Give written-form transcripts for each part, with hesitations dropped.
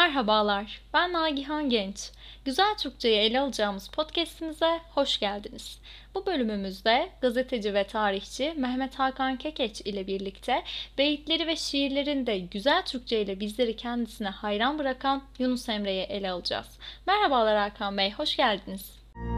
Merhabalar, ben Nagihan Genç. Güzel Türkçeyi ele alacağımız podcast'imize hoş geldiniz. Bu bölümümüzde gazeteci ve tarihçi Mehmet Hakan Kekeç ile birlikte beyitleri ve şiirlerinde güzel Türkçe ile bizleri kendisine hayran bırakan Yunus Emre'yi ele alacağız. Merhabalar Hakan Bey, hoş geldiniz.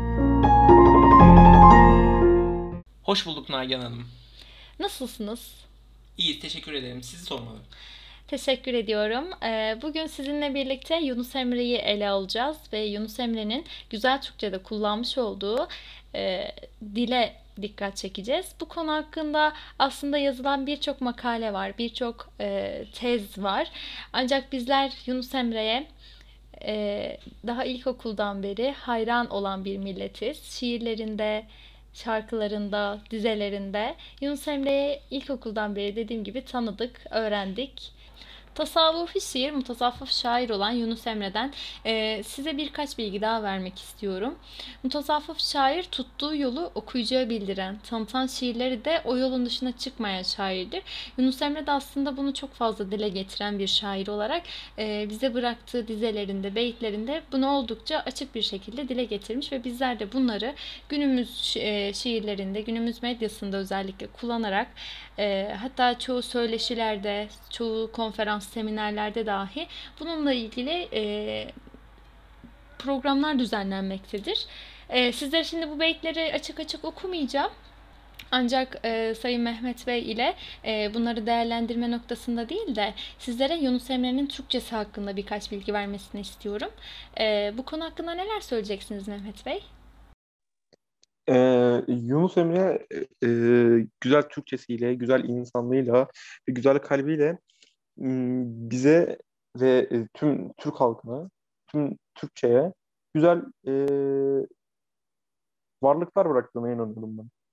Hoş bulduk Nagihan Hanım. Nasılsınız? İyi, teşekkür ederim. Sizi sormalı. Teşekkür ediyorum. Bugün sizinle birlikte Yunus Emre'yi ele alacağız ve Yunus Emre'nin güzel Türkçe'de kullanmış olduğu e, dile dikkat çekeceğiz. Bu konu hakkında aslında yazılan birçok makale var, birçok tez var. Ancak bizler Yunus Emre'ye daha ilkokuldan beri hayran olan bir milletiz. Şiirlerinde, şarkılarında, dizelerinde Yunus Emre'yi ilkokuldan beri dediğim gibi tanıdık, öğrendik. Tasavvufi şiir, mutasavvıf şair olan Yunus Emre'den size birkaç bilgi daha vermek istiyorum. Mutasavvıf şair tuttuğu yolu okuyucuya bildiren, tanıtan şiirleri de o yolun dışına çıkmayan şairdir. Yunus Emre de aslında bunu çok fazla dile getiren bir şair olarak bize bıraktığı dizelerinde, beyitlerinde bunu oldukça açık bir şekilde dile getirmiş ve bizler de bunları günümüz şiirlerinde, günümüz medyasında özellikle kullanarak hatta çoğu söyleşilerde, çoğu konferans, seminerlerde dahi bununla ilgili programlar düzenlenmektedir. Sizlere şimdi bu beyitleri açık açık okumayacağım. Ancak Sayın Mehmet Bey ile bunları değerlendirme noktasında değil de sizlere Yunus Emre'nin Türkçesi hakkında birkaç bilgi vermesini istiyorum. Bu konu hakkında neler söyleyeceksiniz Mehmet Bey? Yunus Emre güzel Türkçesiyle, güzel insanlığıyla ve güzel kalbiyle bize ve tüm Türk halkına, tüm Türkçe'ye güzel varlıklar bıraktığına inanıyorum ben.